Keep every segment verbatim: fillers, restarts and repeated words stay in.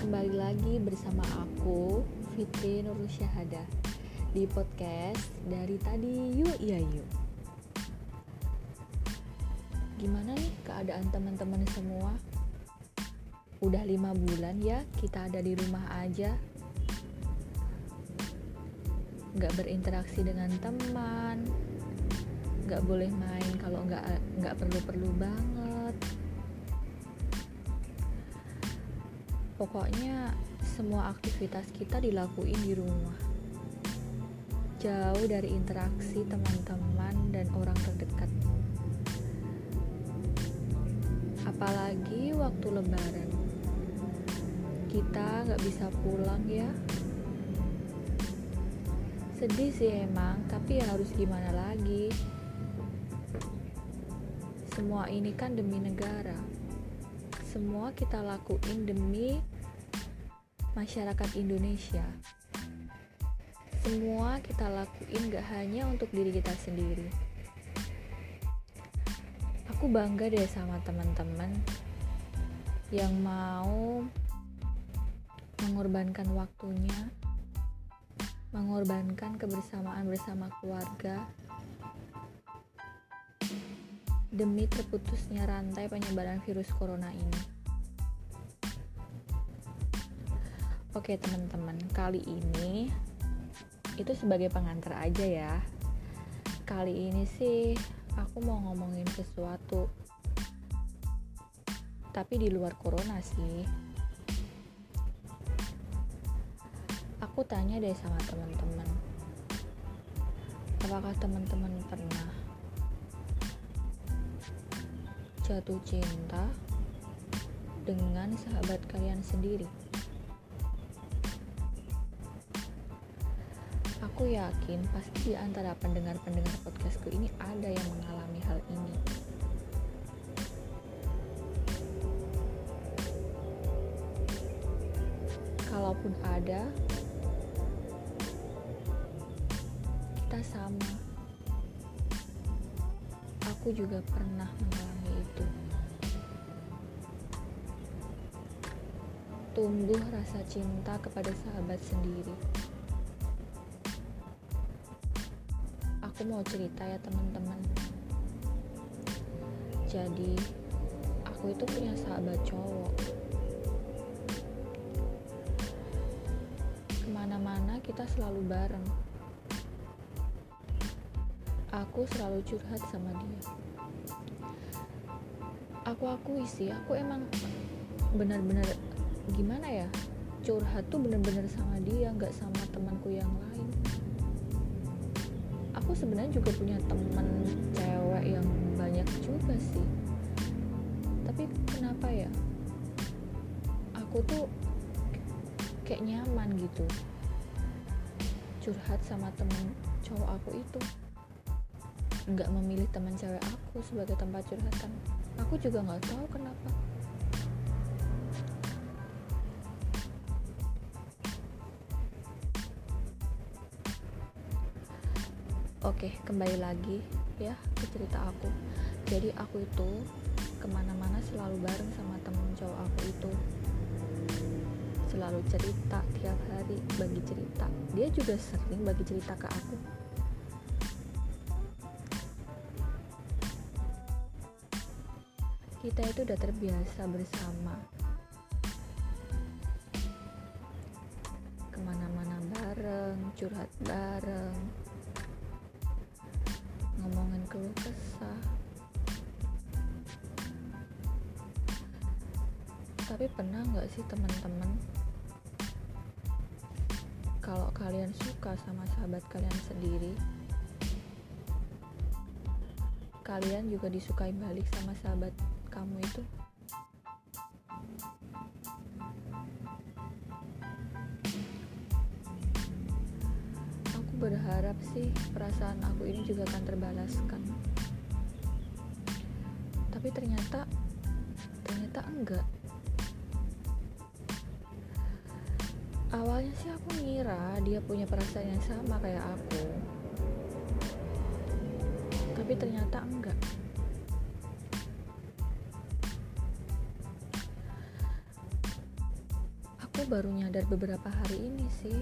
Kembali lagi bersama aku, Fitri Nurul Syahada, di podcast Dari Tadi Yuk Ya Yuk. Gimana nih keadaan teman-teman semua? Udah lima bulan ya kita ada di rumah aja, gak berinteraksi dengan teman, gak boleh main kalau gak, gak perlu-perlu banget. Pokoknya semua aktivitas kita dilakuin di rumah, jauh dari interaksi teman-teman dan orang terdekat. Apalagi waktu lebaran, kita gak bisa pulang ya. Sedih sih emang, tapi ya harus gimana lagi. Semua ini kan demi negara. Semua kita lakuin demi masyarakat Indonesia. Semua kita lakuin gak hanya untuk diri kita sendiri. Aku bangga deh sama teman-teman yang mau mengorbankan waktunya, mengorbankan kebersamaan bersama keluarga demi terputusnya rantai penyebaran virus corona ini. Oke teman-teman, kali ini itu sebagai pengantar aja ya. Kali ini sih aku mau ngomongin sesuatu, tapi di luar corona sih. Aku tanya deh sama teman-teman, apakah teman-teman pernah jatuh cinta dengan sahabat kalian sendiri? Aku yakin pasti di antara pendengar-pendengar podcastku ini ada yang mengalami hal ini. Kalaupun ada, kita sama. Aku juga pernah mengalami itu. Tumbuh rasa cinta kepada sahabat sendiri. Aku mau cerita ya teman-teman. Jadi, aku itu punya sahabat cowok. Kemana-mana kita selalu bareng. Aku selalu curhat sama dia. Aku akui sih, aku emang benar-benar gimana ya, curhat tuh benar-benar sama dia, gak sama temanku yang lain. Aku sebenarnya juga punya teman cewek yang banyak juga sih, tapi kenapa ya aku tuh kayak nyaman gitu curhat sama teman cowok aku itu, nggak memilih teman cewek aku sebagai tempat curhatan. Aku juga nggak tahu kenapa. Oke, kembali lagi ya ke cerita aku. Jadi aku itu kemana-mana selalu bareng sama temen cowok aku itu. Selalu cerita tiap hari, bagi cerita. Dia juga sering bagi cerita ke aku. Kita itu udah terbiasa bersama. Kemana-mana bareng, curhat bareng, ngomongin keluh kesah. Tapi pernah gak sih teman-teman, kalau kalian suka sama sahabat kalian sendiri, kalian juga disukai balik sama sahabat kamu itu? Aku berharap sih perasaan aku ini juga akan terbalaskan. Tapi ternyata ternyata enggak. Awalnya sih aku ngira dia punya perasaan yang sama kayak aku, tapi ternyata enggak. aku baru nyadar beberapa hari ini sih.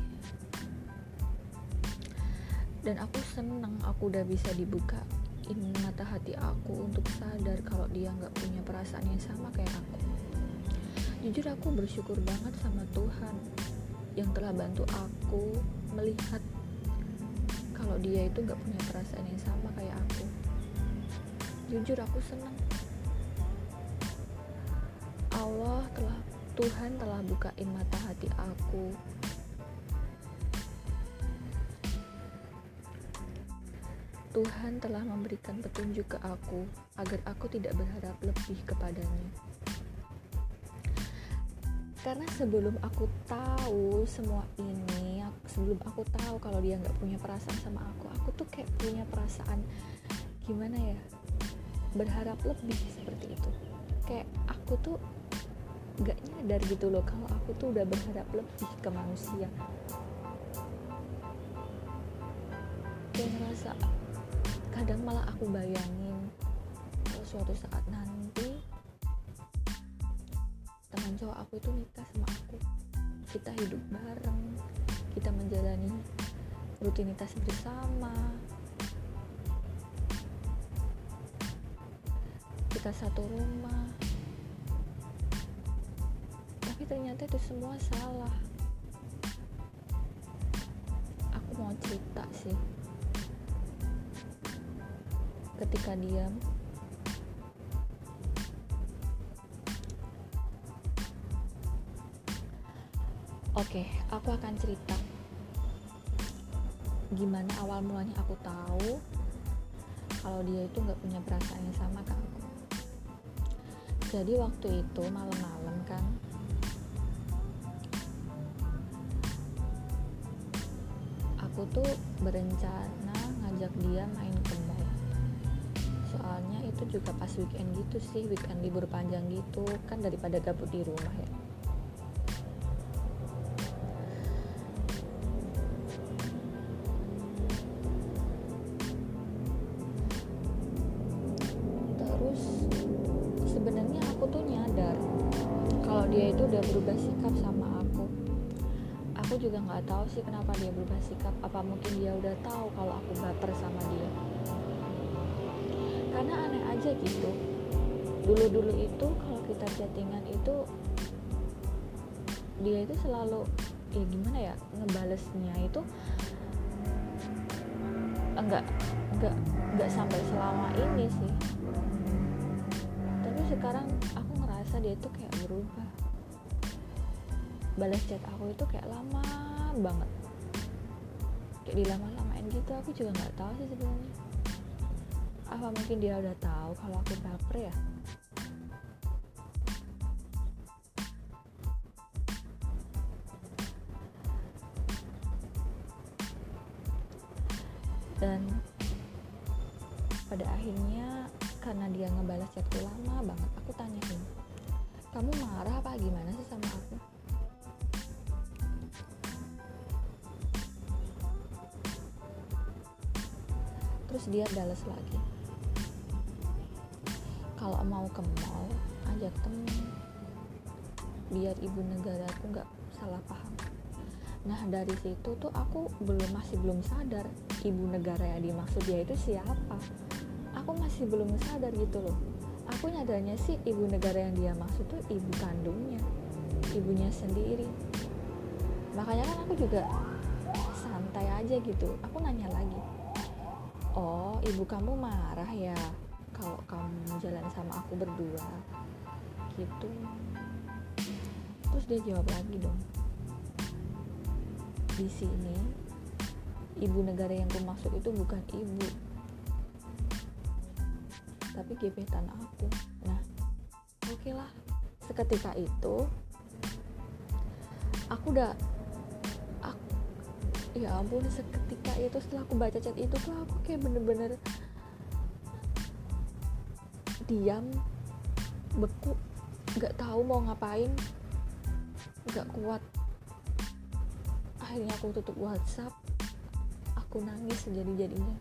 Dan aku seneng aku udah bisa dibukain mata hati aku untuk sadar kalau dia gak punya perasaan yang sama kayak aku. Jujur aku bersyukur banget sama Tuhan yang telah bantu aku melihat kalau dia itu gak punya perasaan yang sama kayak aku. Jujur aku seneng. Allah telah, Tuhan telah bukain mata hati aku. Tuhan telah memberikan petunjuk ke aku agar aku tidak berharap lebih kepadanya. Karena sebelum aku tahu semua ini, sebelum aku tahu kalau dia gak punya perasaan sama aku, aku tuh kayak punya perasaan gimana ya, berharap lebih seperti itu. Kayak aku tuh gak nyadar gitu loh kalau aku tuh udah berharap lebih ke manusia. Kayak ngerasa, kadang malah aku bayangin kalau suatu saat nanti teman cowok aku itu nikah sama aku, kita hidup bareng, kita menjalani rutinitas bersama, kita satu rumah. Tapi ternyata itu semua salah. Aku mau cerita sih. Ketika diam, oke, aku akan cerita gimana awal mulanya aku tahu kalau dia itu gak punya perasaan yang sama ke aku. Jadi waktu itu malam-malam kan, aku tuh berencana ngajak dia main ke mall. Soalnya itu juga pas weekend gitu sih, weekend libur panjang gitu kan, daripada gabut di rumah ya. Terus sebenarnya aku tuh nyadar kalau dia itu udah berubah sikap sama aku. Aku juga nggak tahu sih kenapa dia berubah sikap. Apa mungkin dia udah tahu kalau aku baper sama dia? Karena aneh aja gitu, dulu-dulu itu kalau kita chattingan itu dia itu selalu, ya gimana ya, ngebalesnya itu enggak enggak enggak sampai selama ini sih. Tapi sekarang aku ngerasa dia itu kayak berubah. Balas chat aku itu kayak lama banget, kayak dilama-lamain gitu. Aku juga nggak tahu sih sebenarnya. Apa mungkin dia udah tahu kalau aku baper ya? Dan pada akhirnya karena dia ngebalas chatku lama banget, aku tanyain, kamu marah apa gimana sih sama aku? Terus dia balas lagi, kalau mau ke mall ajak temen biar ibu negaraku gak salah paham. Nah dari situ tuh aku belum masih belum sadar ibu negara yang dimaksud dia itu siapa. Aku masih belum sadar gitu loh. Aku nyadarnya sih ibu negara yang dia maksud tuh ibu kandungnya, ibunya sendiri. Makanya kan aku juga santai aja gitu. Aku nanya lagi, oh ibu kamu marah ya kalau kamu jalan sama aku berdua gitu. Terus dia jawab lagi dong, di sini ibu negara yang ku maksud itu bukan ibu, tapi gebetan aku. Nah oke okay lah, seketika itu aku udah aku, ya ampun, seketika itu setelah aku baca chat itu tuh aku kayak bener-bener diam, beku, gak tahu mau ngapain, gak kuat. Akhirnya aku tutup WhatsApp, aku nangis sejadi-jadinya.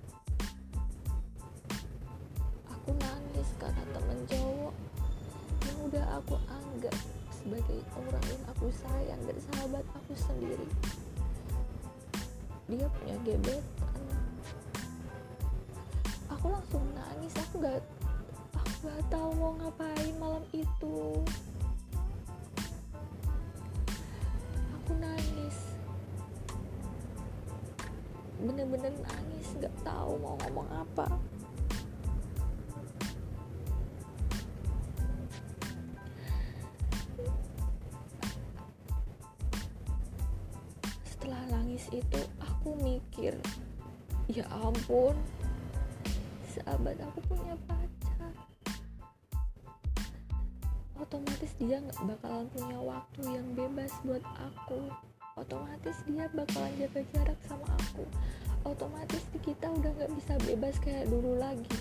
Aku nangis karena temen cowok yang udah aku anggap sebagai orang yang aku sayang dan sahabat aku sendiri, dia punya gebetan. Aku langsung nangis. Aku gak aku gak tahu mau ngapain malam itu. Aku nangis, bener-bener nangis, gak tahu mau ngomong apa. Setelah nangis itu aku mikir, ya ampun, sahabat aku punya pacar, otomatis dia gak bakalan punya waktu yang bebas buat aku, otomatis dia bakalan jaga jarak sama aku, otomatis kita udah gak bisa bebas kayak dulu lagi.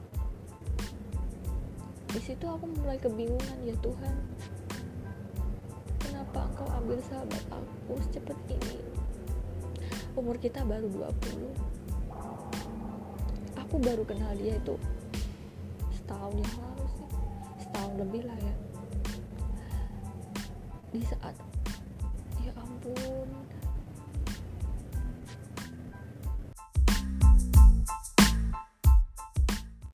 Di situ aku mulai kebingungan, ya Tuhan, kenapa Engkau ambil sahabat aku secepat ini? Umur kita baru dua puluh. Aku baru kenal dia itu setahun yang lalu sih, setahun lebih lah ya. Di saat, ya ampun,